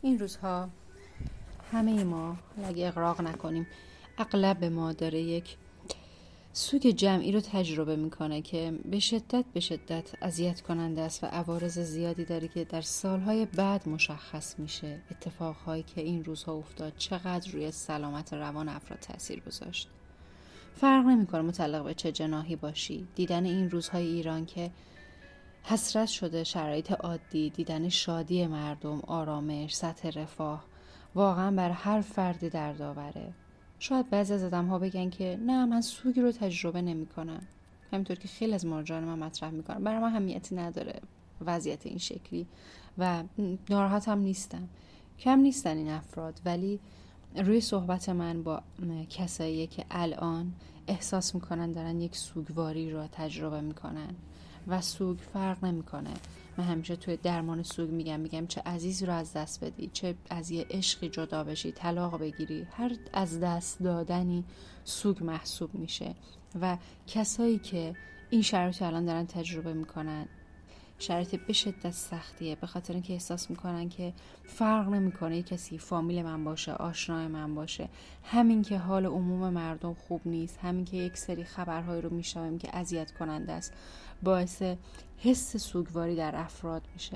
این روزها همه ما اگه اغراق نکنیم اغلب ما داره یک سوگ جمعی رو تجربه میکنه که به شدت اذیت کننده است و عوارض زیادی داره که در سالهای بعد مشخص میشه اتفاقهایی که این روزها افتاد چقدر روی سلامت روان افراد تاثیر گذاشت. فرق نمیکنه متعلق به چه جناحی باشی، دیدن این روزهای ایران که حسرت شده شرایط عادی، دیدن شادی مردم، آرامش، سطح رفاه واقعا بر هر فردی دردآوره. شاید بعضی از آدم‌ها بگن که نه من سوگی رو تجربه نمی‌کنم. همینطور که خیلی از مراجعان من مطرح می‌کنم، برای من اهمیتی نداره وضعیت این شکلی و ناراحت هم نیستم. کم نیستن این افراد، ولی روی صحبت من با کسایی که الان احساس می‌کنن دارن یک سوگواری رو تجربه می‌کنن و سوگ فرق نمی‌کنه. من همیشه توی درمان سوگ میگم چه عزیزی رو از دست بدی، چه از یه عشقی جدا بشی، طلاق بگیری، هر از دست دادنی سوگ محسوب میشه. و کسایی که این شرایط الان دارن تجربه میکنن شرایط به شدت سختیه، به خاطر اینکه احساس میکنن که فرق نمیکنه یک کسی فامیل من باشه، آشنای من باشه، همین که حال عموم مردم خوب نیست، همین که یک سری خبرهایی رو میشنویم که اذیت کننده است، باعث حس سوگواری در افراد میشه.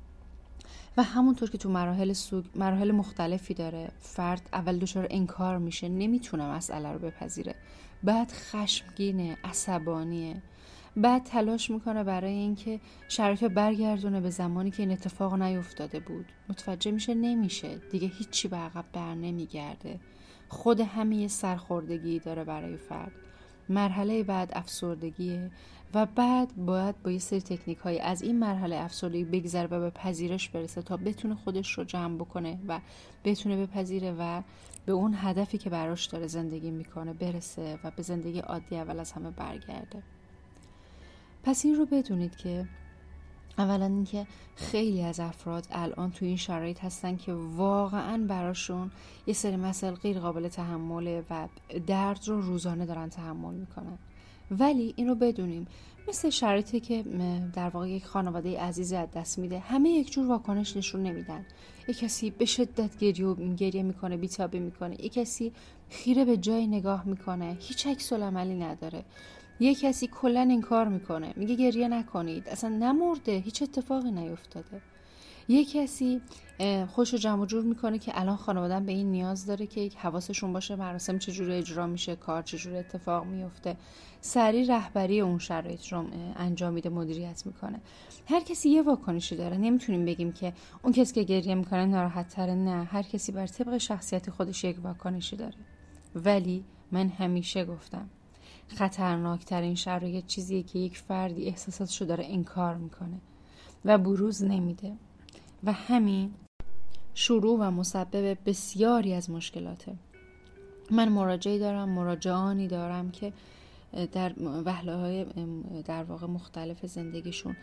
و همونطور که تو مراحل سوگ مراحل مختلفی داره، فرد اول دچار انکار میشه، نمیتونه مسئله رو بپذیره، بعد خشمگینه، عصبانیه، بعد تلاش میکنه برای اینکه شرایط برگردونه به زمانی که این اتفاق نیفتاده بود، متوجه میشه نمیشه دیگه، هیچی به عقب بر نمیگرده. خود همین سرخوردگی داره برای فرد. مرحله بعد افسردگیه و بعد باید با یه سری تکنیک های از این مرحله افسردگی بگذره و به پذیرش برسه تا بتونه خودش رو جمع بکنه و بتونه بپذیره و به اون هدفی که براش داره زندگی میکنه برسه و به زندگی عادی اول از همه برگرده. پس این رو بدونید که اولا اینکه خیلی از افراد الان تو این شرایط هستن که واقعا براشون یه سری مسائل غیر قابل تحمله و درد رو روزانه دارن تحمل میکنن. ولی این رو بدونیم مثل شرایطی که در واقع یک خانواده عزیزی از دست میده، همه یک جور واکنش نشون نمیدن. یک کسی به شدت گریه میکنه، بی‌تابی میکنه، یک کسی خیره به جای نگاه میکنه، هیچ عکس العملی نداره، یه کسی کلا انکار میکنه، میگه گریه نکنید، اصلا نمرده، هیچ اتفاقی نیفتاده. یه کسی خوشو جمع جور میکنه که الان خانواده‌ام به این نیاز داره که حواسشون باشه مراسم چجوری اجرا میشه، کار چجوری اتفاق میفته، سریع رهبری اون شرایط رو انجام میده، مدیریت میکنه. هر کسی یه واکنشی داره، نمیتونیم بگیم که اون کسی که گریه میکنه ناراحت تره، نه، هر کسی بر طبق شخصیت خودش یک واکنشی داره. ولی من همیشه گفتم خطرناکترین شرایط چیزیه که یک فردی احساساتشو داره انکار میکنه و بروز نمیده و همین شروع و مسبب بسیاری از مشکلاته. من مراجعانی دارم که در وهله‌های در واقع مختلف زندگیشون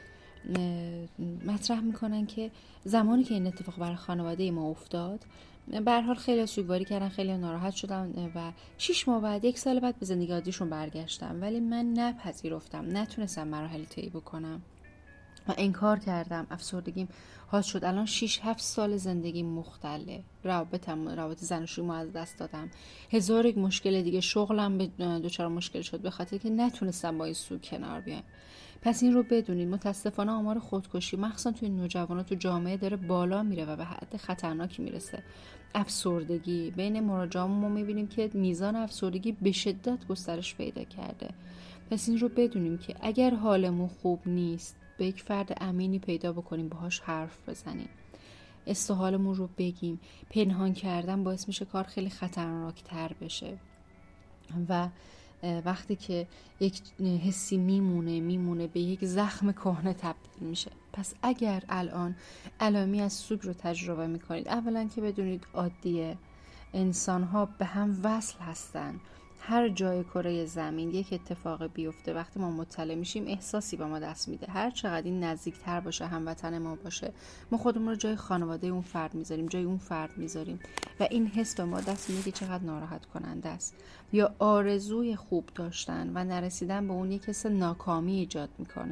مطرح میکنن که زمانی که این اتفاق برای خانواده ما افتاد، به هر حال خیلی سوگواری کردن، خیلی ناراحت شدن و 6 ماه بعد، 1 سال بعد به زندگی عادیشون برگشتم. ولی من نپذیرفتم، نتونستم مراحل طی بکنم و انکار کردم. افسردگیم حاد شد. الان 6-7 سال زندگی مختله، روابط زناشویی از دست دادم، 1000 یک مشکل دیگه، شغلم دچار مشکل شد به خاطر که نتونستم با این سوگ کنار بیام. پس این رو بدونید متاسفانه آمار خودکشی مخصوصا توی نوجوانان تو جامعه داره بالا میره و به حد خطرناکی میرسه. افسردگی بین مراجعان ما میبینیم که میزان افسردگی به شدت گسترش پیدا کرده. پس این رو بدونیم که اگر حالمون خوب نیست به یک فرد امینی پیدا بکنیم، باهاش حرف بزنیم، استحالمون رو بگیم. پنهان کردن باعث میشه کار خیلی خطرناکتر بشه و وقتی که یک حسی میمونه به یک زخم کهنه تبدیل میشه. پس اگر الان علائمی از سوگ رو تجربه میکنید، اولا که بدونید عادیه، انسان‌ها به هم وصل هستن. هر جای کره زمین یک اتفاق بیفته، وقتی ما مطلع میشیم احساسی به ما دست میده. هر چقدر این نزدیکتر باشه، هموطن ما باشه، ما خودمون رو جای خانواده اون فرد میذاریم، جای اون فرد میذاریم و این حس به ما دست میده که چقدر ناراحت کننده است. یا آرزوی خوب داشتن و نرسیدن به اون یک حس ناکامی ایجاد میکنه.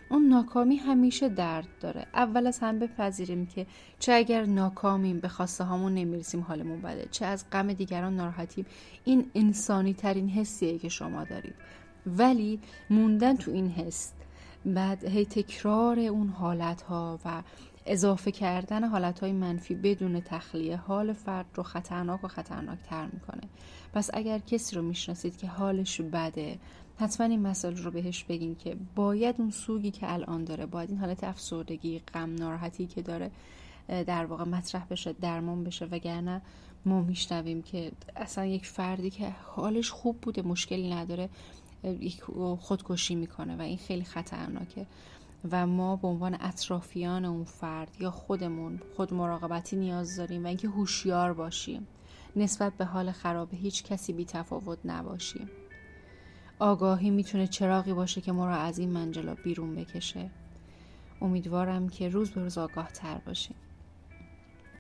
اون ناکامی همیشه درد داره. اول از همه بپذیریم که چه اگر ناکامیم به خواسته هامون نمیرسیم حالمون بده، چه از غم دیگران ناراحتیم، این انسانی ترین حسیه که شما دارید. ولی موندن تو این حس، بعد هی تکرار اون حالتها و اضافه کردن حالتهای منفی بدون تخلیه حال فرد رو خطرناک و خطرناکتر میکنه. پس اگر کسی رو میشناسید که حالش بده، حتما این مسئله رو بهش بگین که باید اون سوگی که الان داره، باید این حالت افسردگی، غم، ناراحتی که داره در واقع مطرح بشه، درمان بشه. وگرنه ما میشنویم که اصلا یک فردی که حالش خوب بوده، مشکلی نداره، خودکشی میکنه و این خیلی خطرناکه. و ما به عنوان اطرافیان اون فرد یا خودمون خود مراقبتی نیاز داریم و اینکه هوشیار باشیم، نسبت به حال خراب هیچ کسی بی تفاوت نباشیم. آگاهی میتونه چراغی باشه که ما را از این منجلاب بیرون بکشه. امیدوارم که روز به روز آگاه تر باشیم.